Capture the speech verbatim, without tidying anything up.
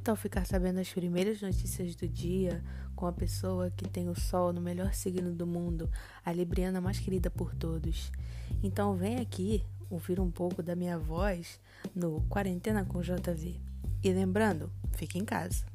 tal ficar sabendo as primeiras notícias do dia com a pessoa que tem o sol no melhor signo do mundo, a libriana mais querida por todos? Então vem aqui ouvir um pouco da minha voz no Quarentena com J V. E lembrando, fique em casa.